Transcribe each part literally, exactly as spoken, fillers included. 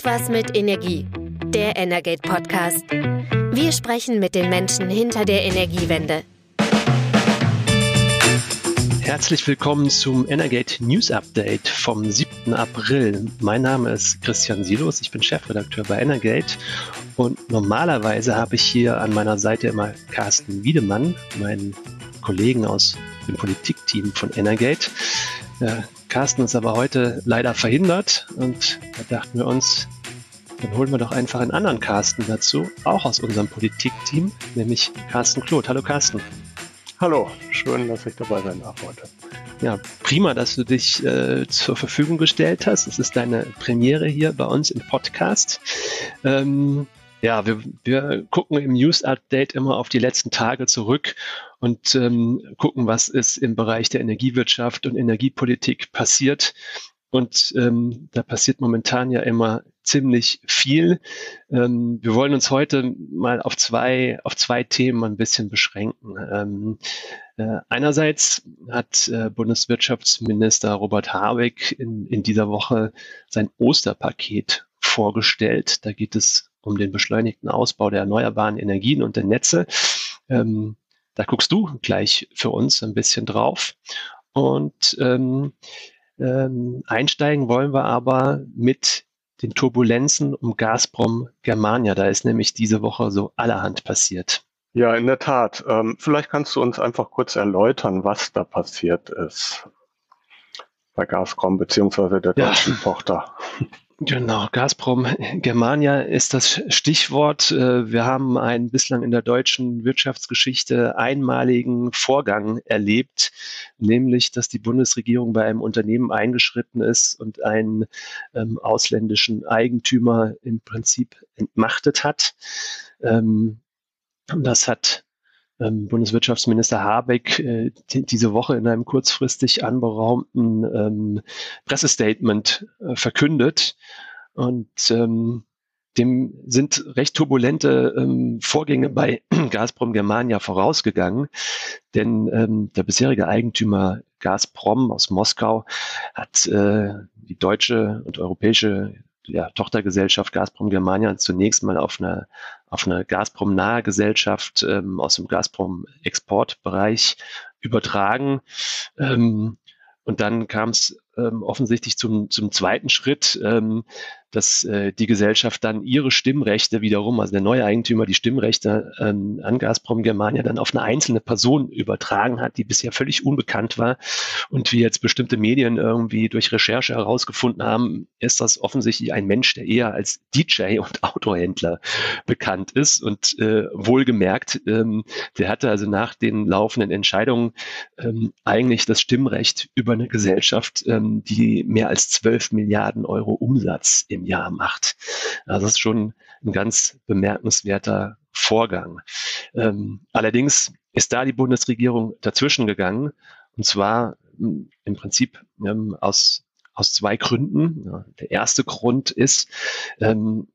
Irgendwas mit Energie. Der Energate Podcast. Wir sprechen mit den Menschen hinter der Energiewende. Herzlich willkommen zum Energate News Update vom siebten April. Mein Name ist Christian Silos, ich bin Chefredakteur bei Energate und normalerweise habe ich hier an meiner Seite immer Carsten Wiedemann, meinen Kollegen aus dem Politikteam von Energate. Äh, Carsten ist aber heute leider verhindert und da dachten wir uns, dann holen wir doch einfach einen anderen Carsten dazu, auch aus unserem Politikteam, nämlich Carsten Kloth. Hallo Carsten. Hallo, schön, dass ich dabei sein darf heute. Ja, prima, dass du dich äh, zur Verfügung gestellt hast. Es ist deine Premiere hier bei uns im Podcast. Ähm, ja, wir, wir gucken im News-Update immer auf die letzten Tage zurück und ähm, gucken, was ist im Bereich der Energiewirtschaft und Energiepolitik passiert. Und ähm, da passiert momentan ja immer ziemlich viel. Ähm, wir wollen uns heute mal auf zwei, auf zwei Themen ein bisschen beschränken. Ähm, äh, einerseits hat äh, Bundeswirtschaftsminister Robert Habeck in, in dieser Woche sein Osterpaket vorgestellt. Da geht es um den beschleunigten Ausbau der erneuerbaren Energien und der Netze. Ähm, da guckst du gleich für uns ein bisschen drauf. Und ähm, Ähm, einsteigen wollen wir aber mit den Turbulenzen um Gazprom Germania. Da ist nämlich diese Woche so allerhand passiert. Ja, in der Tat. Ähm, vielleicht kannst du uns einfach kurz erläutern, was da passiert ist bei Gazprom beziehungsweise der deutschen ja. Tochter. Genau, Gazprom Germania ist das Stichwort. Wir haben einen bislang in der deutschen Wirtschaftsgeschichte einmaligen Vorgang erlebt, nämlich, dass die Bundesregierung bei einem Unternehmen eingeschritten ist und einen ähm, ausländischen Eigentümer im Prinzip entmachtet hat. Ähm, das hat Ähm, Bundeswirtschaftsminister Habeck äh, die, diese Woche in einem kurzfristig anberaumten ähm, Pressestatement äh, verkündet. Und ähm, dem sind recht turbulente ähm, Vorgänge bei Gazprom Germania vorausgegangen, denn ähm, der bisherige Eigentümer Gazprom aus Moskau hat äh, die deutsche und europäische ja, Tochtergesellschaft Gazprom Germania zunächst mal auf eine, auf eine Gazprom-nahe Gesellschaft ähm, aus dem Gazprom-Exportbereich übertragen. Ähm, und dann kam es ähm, offensichtlich zum, zum zweiten Schritt, ähm, dass äh, die Gesellschaft dann ihre Stimmrechte wiederum, also der neue Eigentümer, die Stimmrechte ähm, an Gazprom Germania dann auf eine einzelne Person übertragen hat, die bisher völlig unbekannt war. Und wie jetzt bestimmte Medien irgendwie durch Recherche herausgefunden haben, ist das offensichtlich ein Mensch, der eher als D J und Autohändler bekannt ist. Und äh, wohlgemerkt, ähm, der hatte also nach den laufenden Entscheidungen ähm, eigentlich das Stimmrecht über eine Gesellschaft, ähm, die mehr als zwölf Milliarden Euro Umsatz im Jahr macht. Also das ist schon ein ganz bemerkenswerter Vorgang. Ähm, allerdings ist da die Bundesregierung dazwischen gegangen, und zwar ähm, im Prinzip ähm, aus, aus zwei Gründen. Ja, der erste Grund ist, ähm,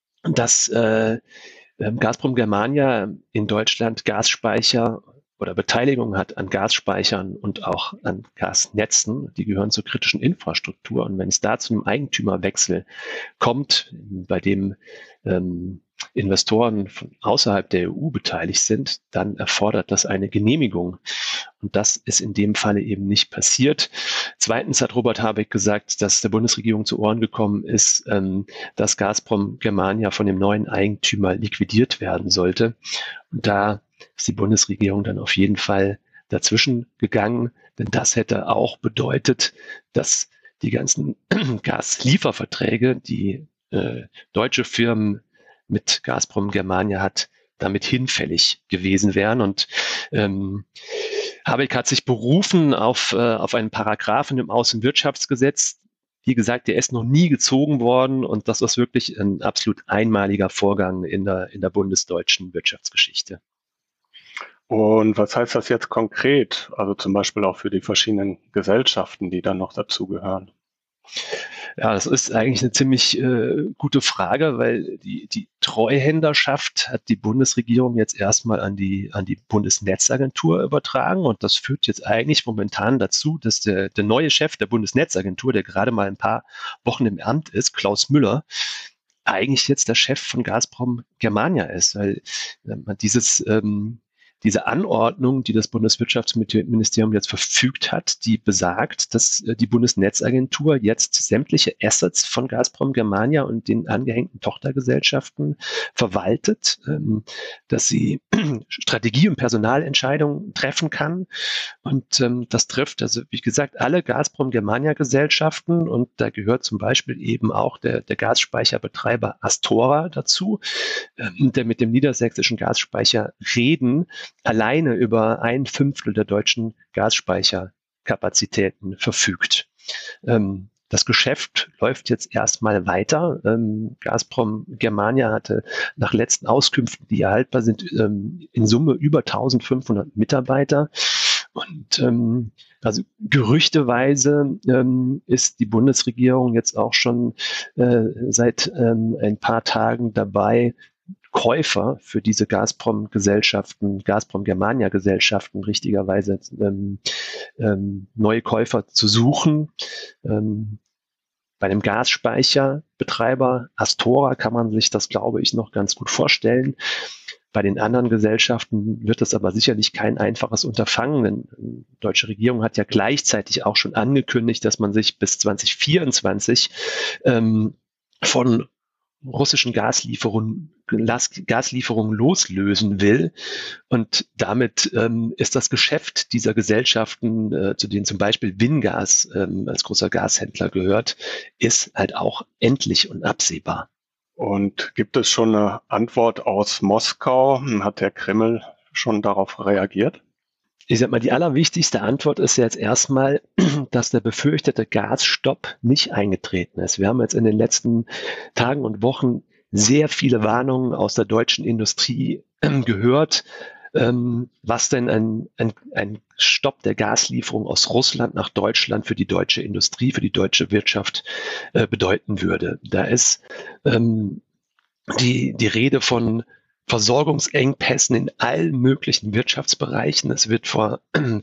dass äh, Gazprom Germania in Deutschland Gasspeicher oder Beteiligung hat an Gasspeichern und auch an Gasnetzen. Die gehören zur kritischen Infrastruktur. Und wenn es da zu einem Eigentümerwechsel kommt, bei dem ähm, Investoren von außerhalb der E U beteiligt sind, dann erfordert das eine Genehmigung. Und das ist in dem Falle eben nicht passiert. Zweitens hat Robert Habeck gesagt, dass der Bundesregierung zu Ohren gekommen ist, ähm, dass Gazprom Germania von dem neuen Eigentümer liquidiert werden sollte. Und da ist die Bundesregierung dann auf jeden Fall dazwischen gegangen, denn das hätte auch bedeutet, dass die ganzen Gaslieferverträge, die äh, deutsche Firmen mit Gazprom Germania hat, damit hinfällig gewesen wären. Und ähm, Habeck hat sich berufen auf, äh, auf einen Paragraphen im Außenwirtschaftsgesetz. Wie gesagt, der ist noch nie gezogen worden und das ist wirklich ein absolut einmaliger Vorgang in der, in der bundesdeutschen Wirtschaftsgeschichte. Und was heißt das jetzt konkret? Also zum Beispiel auch für die verschiedenen Gesellschaften, die dann noch dazugehören. Ja, das ist eigentlich eine ziemlich äh, gute Frage, weil die, die Treuhänderschaft hat die Bundesregierung jetzt erstmal an die, an die Bundesnetzagentur übertragen. Und das führt jetzt eigentlich momentan dazu, dass der, der neue Chef der Bundesnetzagentur, der gerade mal ein paar Wochen im Amt ist, Klaus Müller, eigentlich jetzt der Chef von Gazprom Germania ist, weil äh, man dieses ähm, diese Anordnung, die das Bundeswirtschaftsministerium jetzt verfügt hat, die besagt, dass äh, die Bundesnetzagentur jetzt sämtliche Assets von Gazprom Germania und den angehängten Tochtergesellschaften verwaltet, ähm, dass sie Strategie- und Personalentscheidungen treffen kann. Und ähm, das trifft, also wie gesagt, alle Gazprom Germania Gesellschaften, und da gehört zum Beispiel eben auch der, der Gasspeicherbetreiber Astora dazu, ähm, der mit dem niedersächsischen Gasspeicher Reden alleine über ein Fünftel der deutschen Gasspeicherkapazitäten verfügt. Ähm, das Geschäft läuft jetzt erstmal weiter. Ähm, Gazprom Germania hatte nach letzten Auskünften, die erhaltbar sind, ähm, in Summe über eintausendfünfhundert Mitarbeiter. Und ähm, also gerüchteweise ähm, ist die Bundesregierung jetzt auch schon äh, seit ähm, ein paar Tagen dabei, Käufer für diese Gazprom-Gesellschaften, Gazprom-Germania-Gesellschaften richtigerweise ähm, ähm, neue Käufer zu suchen. Ähm, bei dem Gasspeicherbetreiber Astora kann man sich das, glaube ich, noch ganz gut vorstellen. Bei den anderen Gesellschaften wird es aber sicherlich kein einfaches Unterfangen, denn die deutsche Regierung hat ja gleichzeitig auch schon angekündigt, dass man sich bis zwanzig vierundzwanzig ähm, von russischen Gaslieferungen, Gaslieferungen loslösen will. Und damit ähm, ist das Geschäft dieser Gesellschaften, äh, zu denen zum Beispiel Wingas ähm, als großer Gashändler gehört, ist halt auch endlich und absehbar. Und gibt es schon eine Antwort aus Moskau? Hat der Kreml schon darauf reagiert? Ich sag mal, die allerwichtigste Antwort ist ja jetzt erstmal, dass der befürchtete Gasstopp nicht eingetreten ist. Wir haben jetzt in den letzten Tagen und Wochen sehr viele Warnungen aus der deutschen Industrie äh, gehört, ähm, was denn ein, ein, ein Stopp der Gaslieferung aus Russland nach Deutschland für die deutsche Industrie, für die deutsche Wirtschaft äh, bedeuten würde. Da ist ähm, die, die Rede von Versorgungsengpässen in allen möglichen Wirtschaftsbereichen. Es wird vor äh,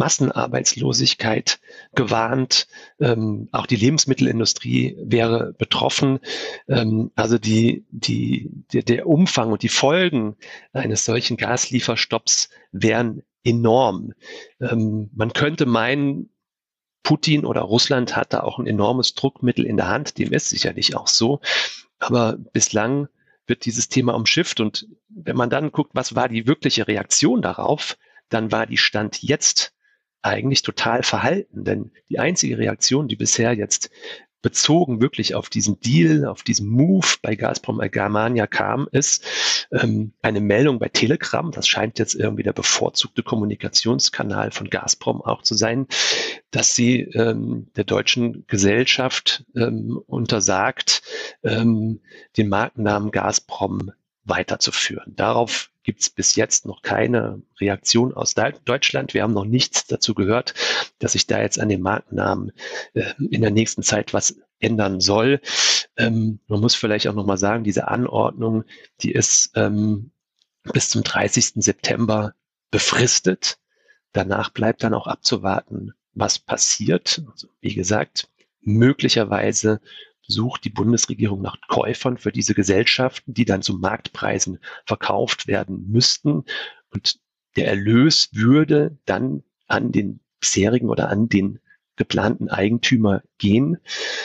Massenarbeitslosigkeit gewarnt. Ähm, auch die Lebensmittelindustrie wäre betroffen. Ähm, also die, die, die, der Umfang und die Folgen eines solchen Gaslieferstopps wären enorm. Ähm, man könnte meinen, Putin oder Russland hat da auch ein enormes Druckmittel in der Hand. Dem ist sicherlich auch so. Aber bislang wird dieses Thema umschifft. Und wenn man dann guckt, was war die wirkliche Reaktion darauf, dann war die Stand jetzt eigentlich total verhalten. Denn die einzige Reaktion, die bisher jetzt bezogen wirklich auf diesen Deal, auf diesen Move bei Gazprom Germania kam, ist ähm, eine Meldung bei Telegram. Das scheint jetzt irgendwie der bevorzugte Kommunikationskanal von Gazprom auch zu sein, dass sie ähm, der deutschen Gesellschaft ähm, untersagt, ähm, den Markennamen Gazprom weiterzuführen. Darauf gibt es bis jetzt noch keine Reaktion aus Deutschland. Wir haben noch nichts dazu gehört, dass sich da jetzt an dem Markennamen äh, in der nächsten Zeit was ändern soll. Ähm, man muss vielleicht auch noch mal sagen, diese Anordnung, die ist ähm, bis zum dreißigsten September befristet. Danach bleibt dann auch abzuwarten, was passiert. Also, wie gesagt, möglicherweise sucht die Bundesregierung nach Käufern für diese Gesellschaften, die dann zu Marktpreisen verkauft werden müssten. Und der Erlös würde dann an den bisherigen oder an den geplanten Eigentümer gehen.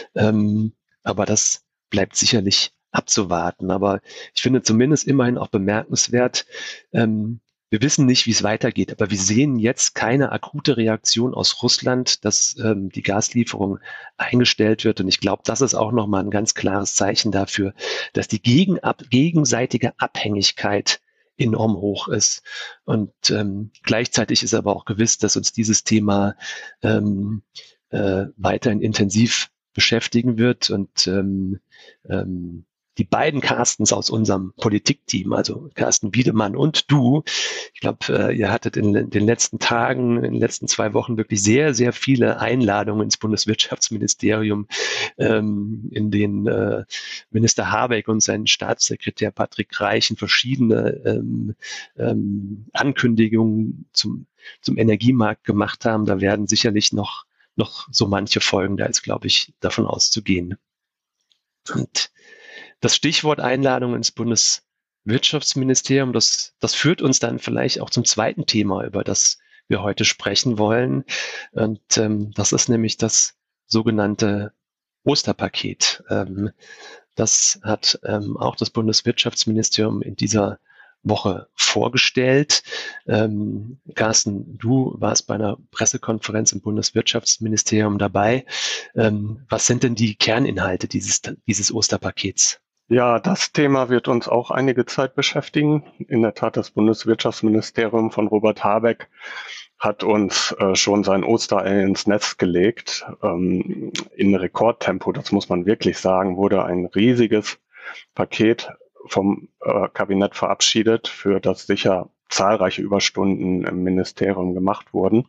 Ähm, aber das bleibt sicherlich abzuwarten. Aber ich finde zumindest immerhin auch bemerkenswert, ähm, wir wissen nicht, wie es weitergeht, aber wir sehen jetzt keine akute Reaktion aus Russland, dass ähm, die Gaslieferung eingestellt wird. Und ich glaube, das ist auch nochmal ein ganz klares Zeichen dafür, dass die gegenab gegenseitige Abhängigkeit enorm hoch ist. Und ähm, gleichzeitig ist aber auch gewiss, dass uns dieses Thema ähm, äh, weiterhin intensiv beschäftigen wird. Und ähm, ähm, die beiden Carstens aus unserem Politikteam, also Carsten Wiedemann und du, ich glaube, äh, ihr hattet in den letzten Tagen, in den letzten zwei Wochen wirklich sehr, sehr viele Einladungen ins Bundeswirtschaftsministerium, ähm, in denen äh, Minister Habeck und sein Staatssekretär Patrick Reichen verschiedene ähm, ähm, Ankündigungen zum, zum Energiemarkt gemacht haben. Da werden sicherlich noch, noch so manche Folgen, da ist, glaube ich, davon auszugehen. Und das Stichwort Einladung ins Bundeswirtschaftsministerium, das, das führt uns dann vielleicht auch zum zweiten Thema, über das wir heute sprechen wollen. Und ähm, das ist nämlich das sogenannte Osterpaket. Ähm, das hat ähm, auch das Bundeswirtschaftsministerium in dieser Woche vorgestellt. Ähm, Carsten, du warst bei einer Pressekonferenz im Bundeswirtschaftsministerium dabei. Ähm, was sind denn die Kerninhalte dieses, dieses Osterpakets? Ja, das Thema wird uns auch einige Zeit beschäftigen. In der Tat, das Bundeswirtschaftsministerium von Robert Habeck hat uns äh, schon sein Osterei ins Netz gelegt. Ähm, in Rekordtempo, das muss man wirklich sagen, wurde ein riesiges Paket vom äh, Kabinett verabschiedet, für das sicher zahlreiche Überstunden im Ministerium gemacht wurden.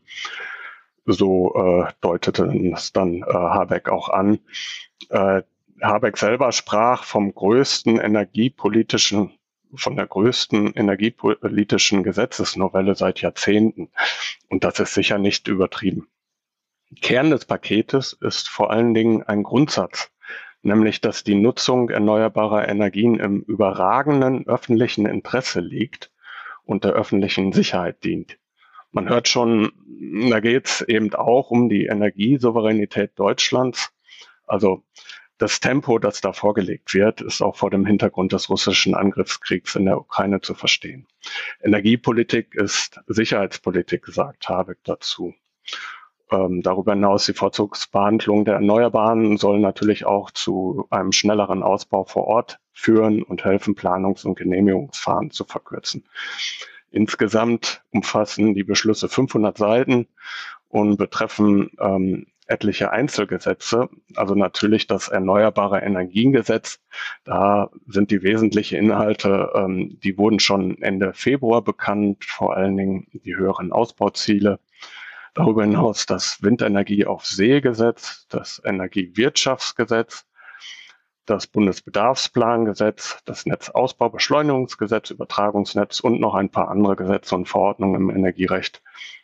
So äh, deutete es dann äh, Habeck auch an. Äh, Habeck selber sprach vom größten energiepolitischen, von der größten energiepolitischen Gesetzesnovelle seit Jahrzehnten. Und das ist sicher nicht übertrieben. Kern des Paketes ist vor allen Dingen ein Grundsatz, nämlich dass die Nutzung erneuerbarer Energien im überragenden öffentlichen Interesse liegt und der öffentlichen Sicherheit dient. Man hört schon, da geht es eben auch um die Energiesouveränität Deutschlands. Also das Tempo, das da vorgelegt wird, ist auch vor dem Hintergrund des russischen Angriffskriegs in der Ukraine zu verstehen. Energiepolitik ist Sicherheitspolitik, sagt Habeck dazu. Ähm, darüber hinaus die Vorzugsbehandlung der Erneuerbaren soll natürlich auch zu einem schnelleren Ausbau vor Ort führen und helfen, Planungs- und Genehmigungsverfahren zu verkürzen. Insgesamt umfassen die Beschlüsse fünfhundert Seiten und betreffen ähm, etliche Einzelgesetze, also natürlich das Erneuerbare Energiengesetz. Da sind die wesentlichen Inhalte, ähm, die wurden schon Ende Februar bekannt, vor allen Dingen die höheren Ausbauziele. Darüber hinaus das Windenergie auf See-Gesetz, das Energiewirtschaftsgesetz, das Bundesbedarfsplangesetz, das Netzausbaubeschleunigungsgesetz, Übertragungsnetz und noch ein paar andere Gesetze und Verordnungen im Energierecht.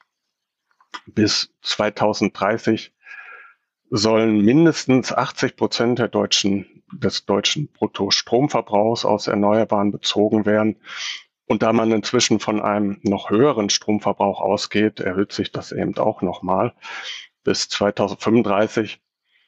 Bis zweitausenddreißig sollen mindestens achtzig Prozent der deutschen, des deutschen Bruttostromverbrauchs aus Erneuerbaren bezogen werden. Und da man inzwischen von einem noch höheren Stromverbrauch ausgeht, erhöht sich das eben auch nochmal. Bis zweitausendfünfunddreißig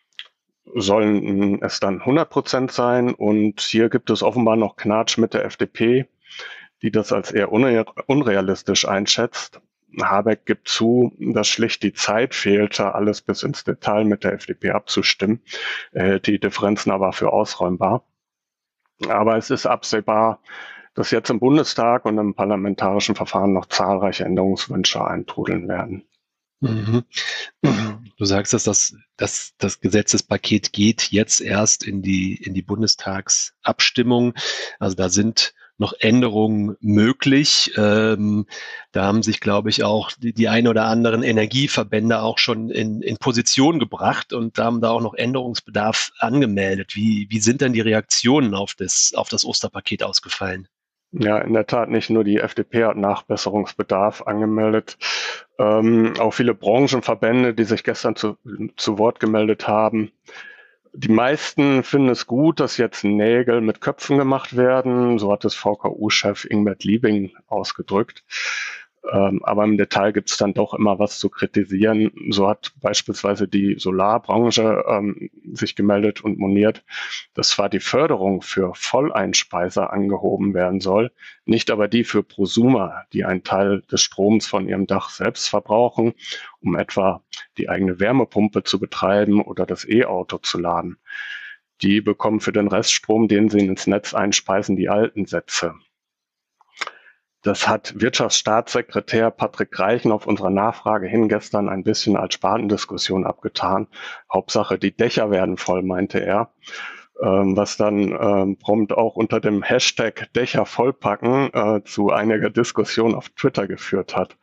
sollen es dann hundert Prozent sein. Und hier gibt es offenbar noch Knatsch mit der F D P, die das als eher unrealistisch einschätzt. Habeck gibt zu, dass schlicht die Zeit fehlte, alles bis ins Detail mit der F D P abzustimmen. Er hält die Differenzen aber für ausräumbar. Aber es ist absehbar, dass jetzt im Bundestag und im parlamentarischen Verfahren noch zahlreiche Änderungswünsche eintrudeln werden. Mhm. Du sagst, dass das, dass das Gesetzespaket geht jetzt erst in die, in die Bundestagsabstimmung. Also da sind noch Änderungen möglich. Ähm, da haben sich, glaube ich, auch die, die ein oder anderen Energieverbände auch schon in, in Position gebracht und haben da auch noch Änderungsbedarf angemeldet. Wie, wie sind denn die Reaktionen auf das, auf das Osterpaket ausgefallen? Ja, in der Tat, nicht nur die F D P hat Nachbesserungsbedarf angemeldet. Ähm, auch viele Branchenverbände, die sich gestern zu, zu Wort gemeldet haben. Die meisten finden es gut, dass jetzt Nägel mit Köpfen gemacht werden. So hat es V K U-Chef Ingbert Liebing ausgedrückt. Ähm, aber im Detail gibt es dann doch immer was zu kritisieren. So hat beispielsweise die Solarbranche ähm, sich gemeldet und moniert, dass zwar die Förderung für Volleinspeiser angehoben werden soll, nicht aber die für Prosumer, die einen Teil des Stroms von ihrem Dach selbst verbrauchen, um etwa die eigene Wärmepumpe zu betreiben oder das E-Auto zu laden. Die bekommen für den Reststrom, den sie ins Netz einspeisen, die alten Sätze. Das hat Wirtschaftsstaatssekretär Patrick Reichen auf unserer Nachfrage hin gestern ein bisschen als Spatendiskussion abgetan. Hauptsache, die Dächer werden voll, meinte er. Ähm, was dann ähm, prompt auch unter dem Hashtag Dächer vollpacken äh, zu einiger Diskussion auf Twitter geführt hat.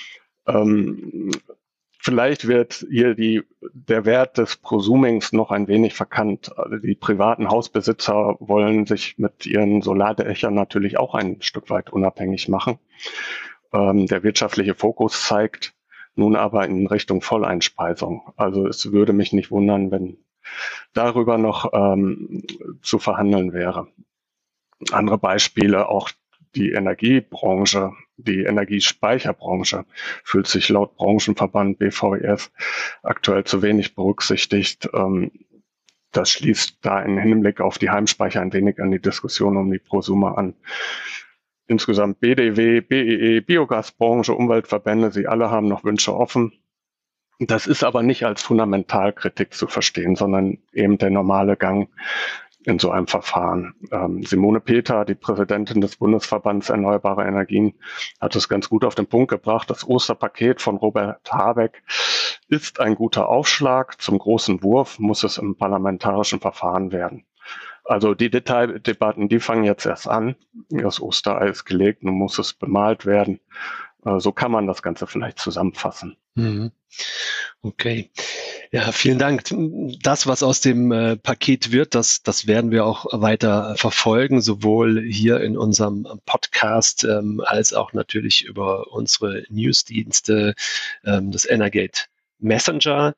Ähm, Vielleicht wird hier die, der Wert des Prosumings noch ein wenig verkannt. Also die privaten Hausbesitzer wollen sich mit ihren Solardächern natürlich auch ein Stück weit unabhängig machen. Ähm, der wirtschaftliche Fokus zeigt nun aber in Richtung Volleinspeisung. Also es würde mich nicht wundern, wenn darüber noch ähm, zu verhandeln wäre. Andere Beispiele, auch die Energiebranche, die Energiespeicherbranche fühlt sich laut Branchenverband B V E S aktuell zu wenig berücksichtigt. Ähm, das schließt da im Hinblick auf die Heimspeicher ein wenig an die Diskussion um die Prosumer an. Insgesamt B D W, B E E, Biogasbranche, Umweltverbände, sie alle haben noch Wünsche offen. Das ist aber nicht als Fundamentalkritik zu verstehen, sondern eben der normale Gang in so einem Verfahren. Ähm, Simone Peter, die Präsidentin des Bundesverbands Erneuerbare Energien, hat es ganz gut auf den Punkt gebracht. Das Osterpaket von Robert Habeck ist ein guter Aufschlag. Zum großen Wurf muss es im parlamentarischen Verfahren werden. Also die Detaildebatten, die fangen jetzt erst an. Das Osterei ist gelegt, nun muss es bemalt werden. Äh, so kann man das Ganze vielleicht zusammenfassen. Mhm. Okay. Ja, vielen Dank. Das, was aus dem äh, Paket wird, das, das werden wir auch weiter verfolgen, sowohl hier in unserem Podcast ähm, als auch natürlich über unsere Newsdienste, ähm, das Energate Messenger.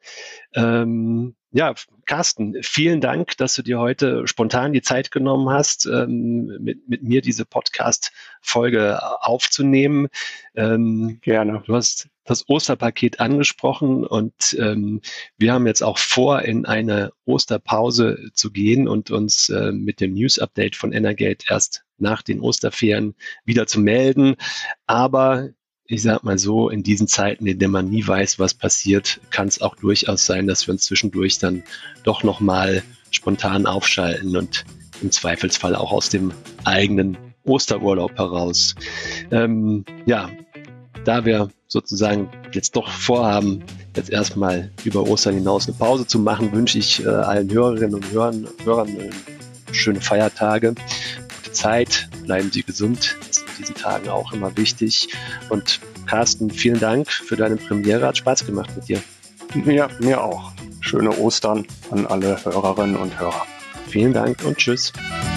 Ähm, ja, Carsten, vielen Dank, dass du dir heute spontan die Zeit genommen hast, ähm, mit, mit mir diese Podcast-Folge aufzunehmen. Ähm, Gerne. Du hast das Osterpaket angesprochen und ähm, wir haben jetzt auch vor, in eine Osterpause zu gehen und uns äh, mit dem News-Update von Energate erst nach den Osterferien wieder zu melden. Aber ich sag mal so, in diesen Zeiten, in denen man nie weiß, was passiert, kann es auch durchaus sein, dass wir uns zwischendurch dann doch nochmal spontan aufschalten und im Zweifelsfall auch aus dem eigenen Osterurlaub heraus. Ähm, ja, da wir sozusagen jetzt doch vorhaben, jetzt erstmal über Ostern hinaus eine Pause zu machen, wünsche ich äh, allen Hörerinnen und Hörern, Hörern äh, schöne Feiertage, gute Zeit, bleiben Sie gesund, das ist in diesen Tagen auch immer wichtig. Und Carsten, vielen Dank für deine Premiere, hat Spaß gemacht mit dir. Ja, mir auch. Schöne Ostern an alle Hörerinnen und Hörer. Vielen Dank und tschüss.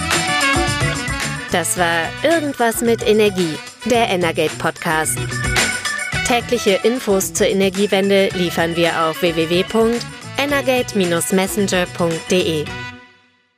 Das war Irgendwas mit Energie, der Energate Podcast. Tägliche Infos zur Energiewende liefern wir auf w w w punkt energate Messenger punkt d e.